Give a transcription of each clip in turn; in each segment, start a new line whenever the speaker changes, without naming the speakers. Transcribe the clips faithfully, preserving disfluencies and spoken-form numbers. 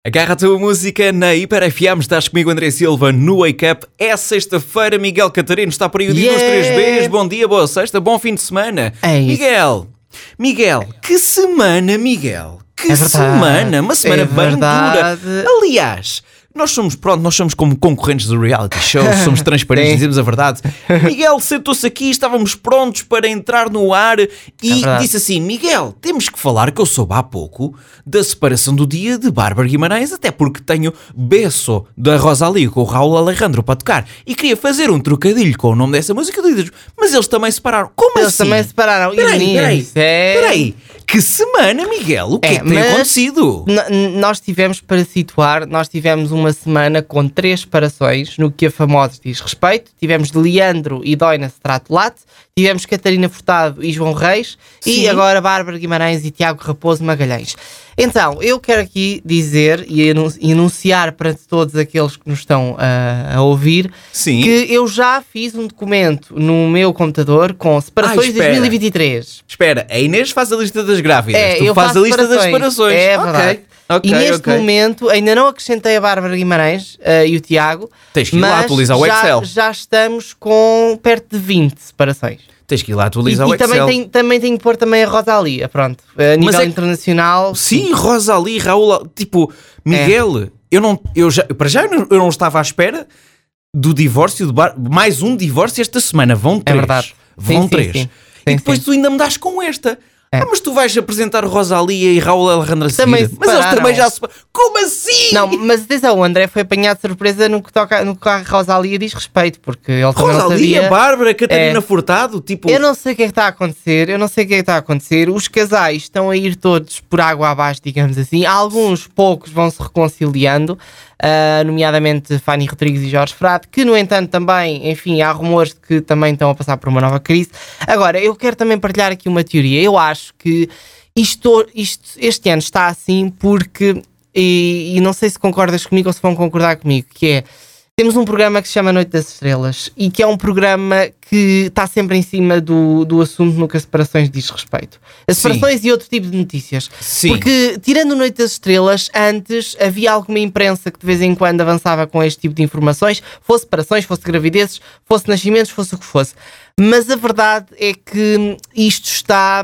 Agarra a tua música na Hiper F M, estás comigo André Silva no Wake Up. É sexta-feira, Miguel Catarino está por aí o dia dos três Bs. Bom dia, boa sexta, bom fim de semana.
É isso.
Miguel, Miguel, que semana, Miguel. Que
É verdade.
semana, uma semana
É
bem
verdade.
dura. Aliás, nós somos, pronto, nós somos como concorrentes do reality show, somos transparentes,
Sim.
dizemos a verdade. Miguel sentou-se aqui, estávamos prontos para entrar no ar e
verdade.
disse assim: Miguel, temos que falar, que eu soube há pouco, da separação do dia de Bárbara Guimarães, até porque tenho Beso da Rosalía com o Raul Alejandro para tocar e queria fazer um trocadilho com o nome dessa música, mas eles também separaram. Como
Eles
assim?
também separaram.
Peraí,
E,
peraí,
isso é-
peraí. Que semana, Miguel? O que é,
É,
que tem
mas-
acontecido?
N- nós tivemos, para situar, nós tivemos uma semana com três separações no que a famosos diz respeito. Tivemos de Leandro e Doina Stratolate, tivemos Catarina Furtado e João Reis,
Sim.
e agora Bárbara Guimarães e Tiago Raposo Magalhães. Então, eu quero aqui dizer e anun- e anunciar perante todos aqueles que nos estão ah, a ouvir
Sim.
que eu já fiz um documento no meu computador com separações
Ai,
de
espera.
dois mil e vinte e três.
Espera, a Inês faz a lista das grávidas,
É,
tu
eu
fazes a
faço
lista das separações.
É
Ok,
verdade.
ok,
e neste
ok.
momento ainda não acrescentei a Bárbara Guimarães uh, e o Tiago.
Tens que ir lá
mas
atualizar o
já,
Excel.
já estamos com perto de vinte separações.
Tens que ir lá
E,
atualizar o
e
Excel.
também, tenho, também tenho que pôr também a Rosalía, pronto. A nível
é que-
internacional.
Sim, Rosalía, Raul, tipo, Miguel, eu não, eu já, para já eu não, eu não estava à espera do divórcio de Bar... mais um divórcio esta semana, vão
É
três.
verdade.
Vão
Sim, sim,
três.
sim.
E
Sim,
depois
sim.
tu ainda me das com esta.
É.
Ah, mas tu vais apresentar Rosalía e Raul Alejandro a
Também
seguir. Mas eles
separaram.
também já se... Como assim?
Não, mas atenção, o André foi apanhado de surpresa no que toca no que a Rosalía diz respeito, porque ele também não
Rosalía,
sabia.
Bárbara, Catarina
É.
Furtado, tipo...
Eu não sei o que é que está a acontecer, eu não sei o que é que está a acontecer. Os casais estão a ir todos por água abaixo, digamos assim. Alguns poucos vão se reconciliando, uh, nomeadamente Fanny Rodrigues e Jorge Frade, que no entanto também, enfim, há rumores de que também estão a passar por uma nova crise. Agora, eu quero também partilhar aqui uma teoria. Eu acho que isto, isto este ano está assim porque, e, e não sei se concordas comigo ou se vão concordar comigo, que é... Temos um programa que se chama Noite das Estrelas e que é um programa que está sempre em cima do, do assunto no que as separações diz respeito. As
Sim.
separações e outro tipo de notícias.
Sim.
Porque, tirando Noite das Estrelas, antes havia alguma imprensa que de vez em quando avançava com este tipo de informações, fosse separações, fosse gravidezes, fosse nascimentos, fosse o que fosse. Mas a verdade é que isto está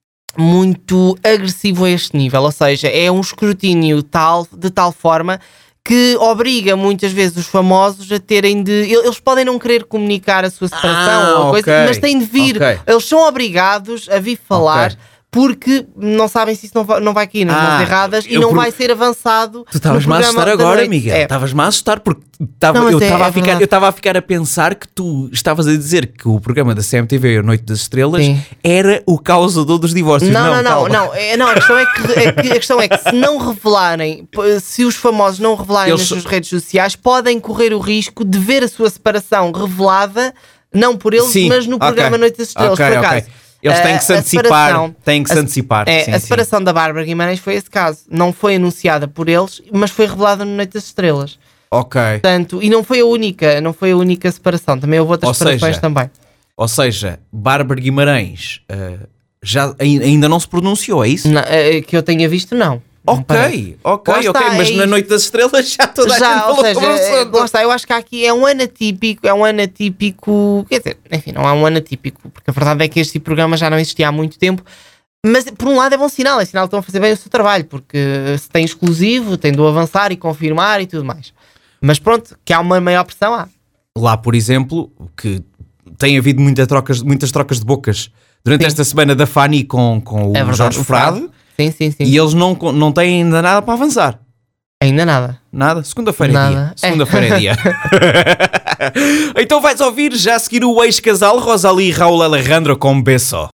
muito agressivo a este nível, ou seja, é um escrutínio tal, de tal forma que obriga muitas vezes os famosos a terem de... Eles podem não querer comunicar a sua separação,
Ah,
ou coisa,
ok,
mas têm de vir.
ok.
Eles são obrigados a vir falar
Ok.
porque não sabem se isso não vai, não vai cair nas
Ah,
mãos erradas e
eu
não
por-
vai ser avançado.
Tu estavas-me
no
a
programa
assustar
da
agora,
noite.
Miguel.
É.
Estavas-me a assustar porque tava,
Não, mas
eu
é-
estava
é
a, ficar-
verdade.
eu estava a ficar a pensar que tu estavas a dizer que o programa da C M T V, A Noite das Estrelas,
Sim.
era o causador dos divórcios.
Não, não, não,
calma.
não, é, não, a questão é que, é que- a questão é que se não revelarem, p- se os famosos não revelarem
Eles
nas
so-
suas redes sociais, podem correr o risco de ver a sua separação revelada, não por eles,
Sim,
mas no
ok.
programa Noite das Estrelas,
Ok,
por
ok.
acaso.
Eles têm que se
a
antecipar,
separação-
têm que se
a-
antecipar.
É,
sim,
a
sim.
separação da Bárbara Guimarães foi esse caso. Não foi anunciada por eles, mas foi revelada no Noite das Estrelas.
Ok.
Portanto, e não foi a única, não foi a única separação. Também houve outras
Ou
separações
seja,
também.
Ou seja, Bárbara Guimarães eh, já, ai- ainda não se pronunciou, é isso?
Não, eh, que eu tenha visto, não. Não parece.
Ok, ok,
Lá
ok.
está,
Mas
é
na
isto.
Noite das Estrelas já toda a gente
Já, ou
falou
seja,
sobre o
é,
assunto.
lá está, eu acho que aqui é um ano atípico, é um ano atípico, quer dizer, enfim, não é um ano atípico, porque a verdade é que este tipo de programa já não existia há muito tempo, mas por um lado é bom sinal, é sinal que estão a fazer bem o seu trabalho, porque se tem exclusivo, tem de o avançar e confirmar e tudo mais. Mas pronto, que há uma maior pressão, há.
Lá, por exemplo, que tem havido muita trocas, muitas trocas de bocas durante
Sim.
esta semana da Fanny com, com o
É verdade,
Jorge
o
Frade.
Frade. Sim, sim, sim.
E eles não, não têm ainda nada para avançar.
Ainda nada.
Nada? Segunda-feira é dia.
Nada.
Segunda-feira é dia. Então vais ouvir já a seguir o ex-casal Rosalía e Raul Alejandro com Beso.